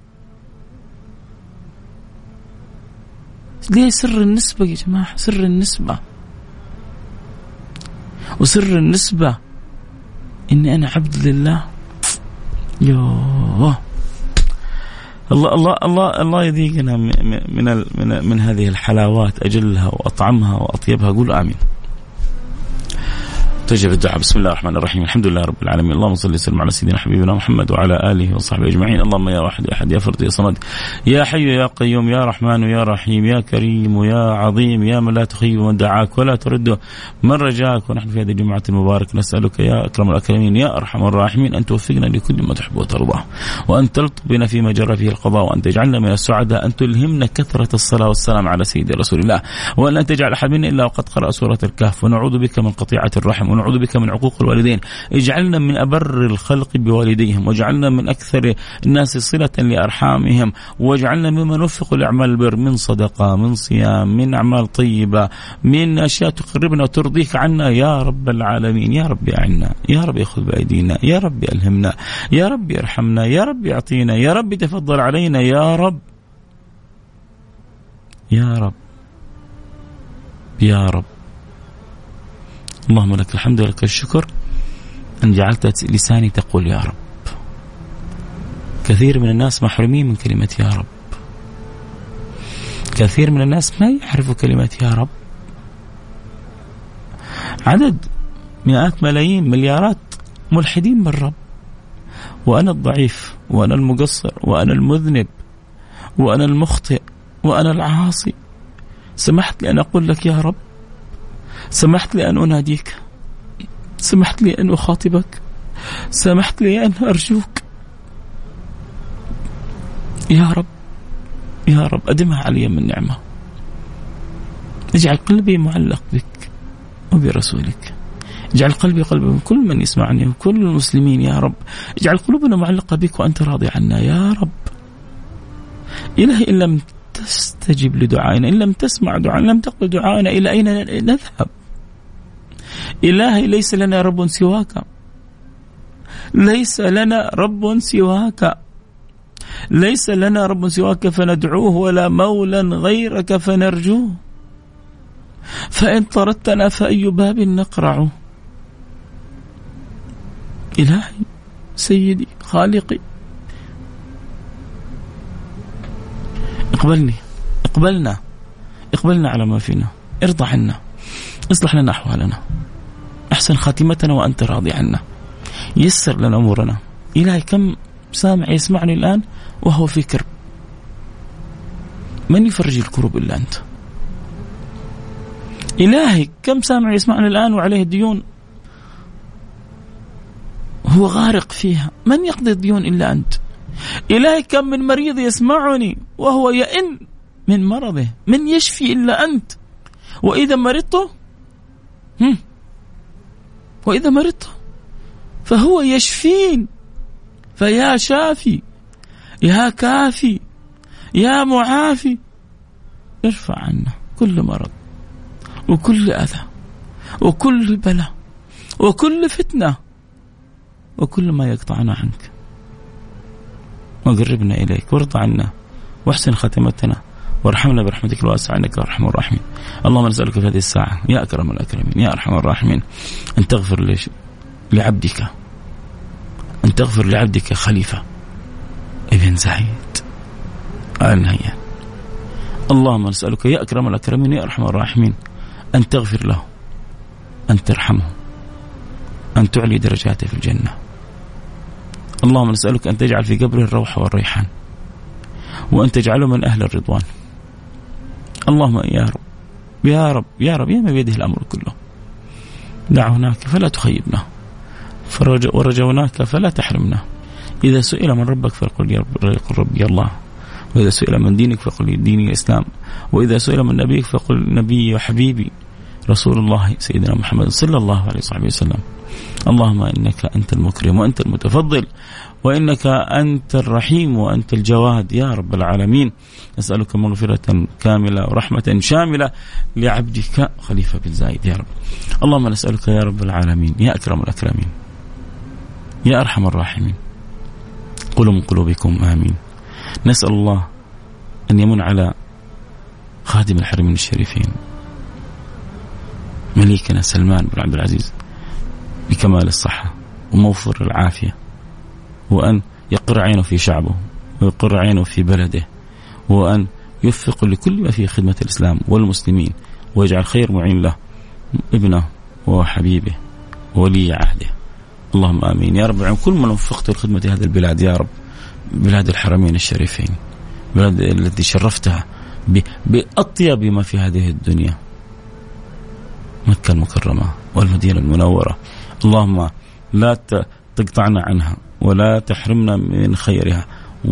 ليه سر النسبة يا جماعة؟ سر النسبة، وسر النسبة إني أنا عبد لله. يوه الله الله الله الله يذيقنا من من من, من هذه الحلاوات أجلها وأطعمها وأطيبها. قولوا آمين. تجب الدعاء. بسم الله الرحمن الرحيم. الحمد لله رب العالمين. اللهم صل وسلم على سيدنا حبيبنا محمد وعلى آله وصحبه أجمعين. اللهم يا واحد يا أحد يا فرد يا صمد يا حي يا قيوم يا رحمن يا رحيم يا كريم ويا عظيم يا من لا تخيب من دعاك ولا ترد من رجاك. ونحن في هذه الجمعة المباركة نسألك يا أكرم الأكرمين يا أرحم الراحمين أن توفقنا لكل ما تحب وترضى، وأن تلطف بنا فيما جرى فيه القضاء، وأن تجعلنا من السعداء، أن تلهمنا كثرة الصلاة والسلام على سيد رسول الله، وأن لا تجعل أحد منا إلا وقد قرأ سورة الكهف. ونعوذ بك من قطيعة الرحم، ونعوذ بك من عقوق الوالدين. اجعلنا من أبر الخلق بوالديهم، واجعلنا من أكثر الناس صلة لأرحامهم، واجعلنا ممن وفقوا لأعمال البر من صدقة من صيام من أعمال طيبة من أشياء تقربنا وترضيك عنا يا رب العالمين. يا رب أعنا، يا رب يأخذ بأيدينا، يا رب ألهمنا، يا رب يرحمنا، يا رب يعطينا، يا رب تفضل علينا، يا رب يا رب يا رب. اللهم لك الحمد ولك الشكر أن جعلت لساني تقول يا رب. كثير من الناس محرومين من كلمة يا رب، كثير من الناس ما يعرفوا كلمة يا رب. عدد مئات ملايين مليارات ملحدين بالرب، وأنا الضعيف وأنا المقصر وأنا المذنب وأنا المخطئ وأنا العاصي. سمحت لي أن أقول لك يا رب، سمحت لي أن أناديك، سمحت لي أن أخاطبك، سمحت لي أن أرجوك يا رب. يا رب أدمها علي من نعمة، اجعل قلبي معلق بك وبرسولك، اجعل قلبي قلب كل من يسمعني وكل المسلمين يا رب. اجعل قلوبنا معلقة بك وأنت راضي عنا يا رب. إلهي إن لم تستجب لدعائنا، إن لم تسمع دعائنا، لم تقبل دعائنا، إلى أين نذهب؟ إلهي ليس لنا رب سواك، ليس لنا رب سواك، ليس لنا رب سواك فندعوه، ولا مولا غيرك فنرجوه. فإن طردتنا فأي باب نقرع؟ إلهي سيدي خالقي اقبلني، اقبلنا، اقبلنا على ما فينا، ارضى عنا، اصلح لنا أحوالنا، أحسن خاتمتنا وأنت راضي عنا، يسر لنا أمورنا. إلهي كم سامع يسمعني الآن وهو في كرب، من يفرج الكروب إلا أنت. إلهي كم سامع يسمعني الآن وعليه ديون هو غارق فيها، من يقضي الديون إلا أنت. إلهي كم من مريض يسمعني وهو يئن من مرضه، من يشفي إلا أنت. وإذا مرضت هم وإذا مرضت فهو يشفين. فيا شافي يا كافي يا معافي، ارفع عنا كل مرض وكل أذى وكل بلاء وكل فتنة وكل ما يقطعنا عنك، وقربنا إليك، وارضى عنا واحسن خاتمتنا، وارحمنا برحمتك الواسعة إنك أرحم الراحمين. اللهم نسألك في هذه الساعة يا أكرم الأكرمين يا أرحم الراحمين أن تغفر لعبدك، أن تغفر لعبدك خليفة ابن زايد آل نهيان. اللهم نسألك يا أكرم الأكرمين يا أرحم الراحمين أن تغفر له، أن ترحمه، أن تعلي درجاته في الجنة. اللهم نسألك أن تجعل في قبره الروح والريحان، وأن تجعله من أهل الرضوان. اللهم يا رب يا رب يا رب يا من بيده الأمر كله، دعوناك فلا تخيبنا، ورجوناك فلا تحرمنا. إذا سئل من ربك فقل يا ربي الله، وإذا سئل من دينك فقل ديني الإسلام، وإذا سئل من نبيك فقل نبي وحبيبي رسول الله سيدنا محمد صلى الله عليه وصحبه وسلم. اللهم إنك أنت المكرم وأنت المتفضل، وإنك أنت الرحيم وأنت الجواد يا رب العالمين. نسألك مغفرة كاملة ورحمة شاملة لعبدك خليفة بن زايد يا رب. اللهم نسألك يا رب العالمين يا أكرم الأكرمين يا أرحم الراحمين، قولوا من قلوبكم آمين. نسأل الله أن يمن على خادم الحرمين الشريفين مليكنا سلمان بن عبد العزيز بكمال الصحة وموفر العافية، وأن يقر عينه في شعبه ويقر عينه في بلده، وأن يوفق لكل ما فيه خدمة الإسلام والمسلمين، ويجعل خير معين له ابنه وحبيبه وولي عهده. اللهم آمين يا رب. كل من وفقت لخدمة هذه البلاد يا رب، بلاد الحرمين الشريفين، بلاد التي شرفتها بأطيب ما في هذه الدنيا، مكة المكرمة والمدينة المنورة. اللهم لا تقطعنا عنها ولا تحرمنا من خيرها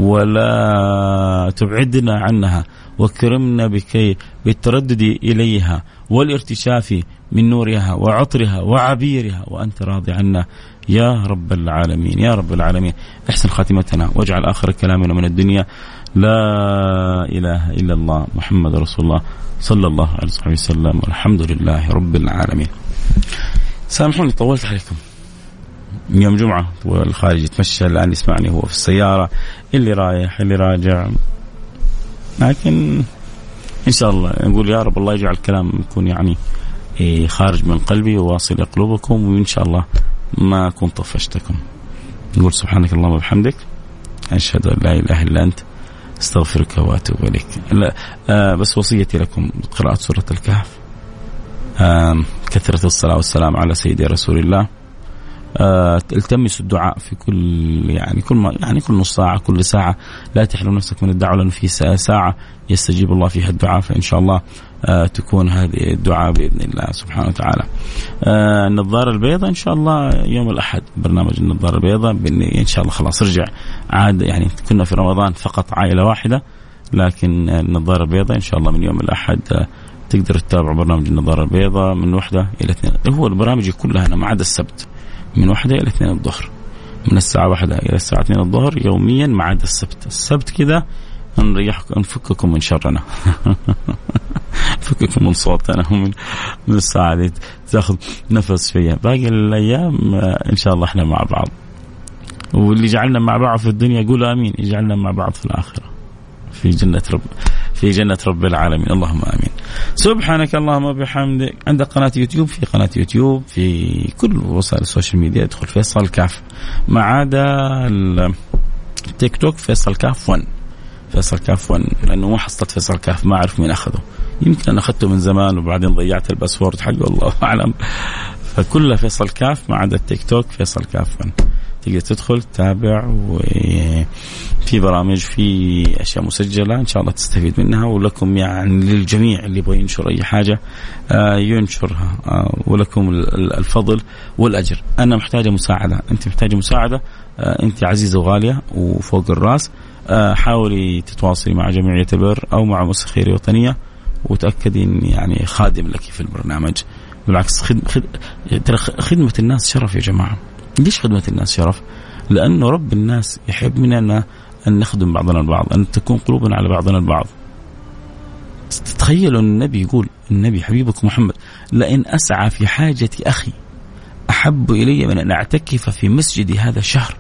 ولا تبعدنا عنها، وكرمنا بكي بالتردد إليها والارتشاف من نورها وعطرها وعبيرها، وأنت راضي عنا يا رب العالمين. يا رب العالمين احسن خاتمتنا، واجعل آخر كلامنا من الدنيا لا إله إلا الله محمد رسول الله صلى الله عليه وسلم، والحمد لله رب العالمين. سامحوني طولت عليكم، يوم جمعة والخارج يتمشى، الآن يسمعني هو في السيارة، اللي رايح اللي راجع، لكن إن شاء الله نقول يا رب الله يجعل الكلام يكون يعني خارج من قلبي وواصل قلوبكم، وإن شاء الله ما أكون طفشتكم. نقول سبحانك اللهم وبحمدك، أشهد أن لا إله إلا أنت، استغفرك وأتوب إليك. لا آه بس وصيتي لكم قراءة سورة الكهف، آه كثرة الصلاة والسلام على سيدي رسول الله، آه التمسوا الدعاء في كل يعني كل ما يعني كل نص ساعة كل ساعة، لا تحرم نفسك من الدعوة، لأن في ساعة يستجيب الله فيها الدعاء، فإن شاء الله آه تكون هذه الدعاء بإذن الله سبحانه وتعالى. آه النظارة البيضاء إن شاء الله يوم الأحد برنامج النظارة البيضاء إن شاء الله خلاص رجع عاد، يعني كنا في رمضان فقط عائلة واحدة، لكن النظارة البيضاء إن شاء الله من يوم الأحد آه تقدر تتابع برنامج النظارة البيضاء من وحدة إلى اثنين. هو البرامج كلها أنا ما عدا السبت من واحدة إلى اثنين الظهر، من الساعة واحدة إلى الساعة اثنين الظهر يوميا ما عدا السبت. السبت كذا نريحكم نفككم من شرنا فككم من صوتنا ومن من الساعة دي تأخذ نفس فيها. باقي الأيام إن شاء الله إحنا مع بعض، واللي جعلنا مع بعض في الدنيا قول آمين يجعلنا مع بعض في الآخرة في جنة رب في جنة رب العالمين. اللهم آمين. سبحانك اللهم وبحمدك. عندك قناة يوتيوب، في قناة يوتيوب في كل وسائل السوشيال ميديا، ادخل فيصل كاف، ما عدا التيك توك فيصل كاف ون، فيصل كاف ون، لأنه ما حصلت فيصل كاف، ما أعرف مين أخذه، يمكن أنا أخذته من زمان وبعدين ضيعت الباسورد حقه الله أعلم، فكلها فيصل كاف ما عدا التيك توك فيصل كاف ون. تقدر تدخل تتابع، وفي برامج في أشياء مسجلة إن شاء الله تستفيد منها، ولكم يعني للجميع اللي يبغى ينشر أي حاجة ينشرها، ولكم الفضل والأجر. أنا محتاجة مساعدة، أنت محتاجة مساعدة، أنت عزيزة وغالية وفوق الرأس، حاولي تتواصلي مع جمعية البر أو مع مؤسسة خيرية وطنية، وتأكدي إن يعني خادم لك في البرنامج. بالعكس خد... خد... خدمة الناس شرف يا جماعة. ليش خدمة الناس شرف؟ لأنه رب الناس يحب مننا أن نخدم بعضنا البعض، أن تكون قلوبنا على بعضنا البعض. تتخيلوا النبي يقول، النبي حبيبك محمد، لئن أسعى في حاجة أخي أحب إلي من أن أعتكف في مسجدي هذا الشهر.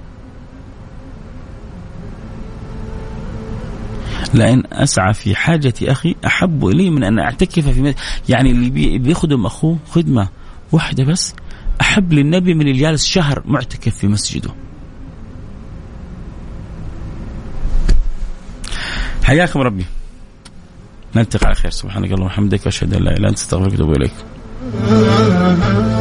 لأن أسعى في حاجة أخي أحب إلي من أن أعتكف في مسجد. يعني اللي بيخدم أخوه خدمة واحدة بس أحب للنبي من اللي جالس شهر معتكف في مسجده. حياكم ربي، نلتقي على خير. سبحانك اللهم وبحمدك، أشهد أن لا إله إلا أنت، أستغفرك وأتوب إليك.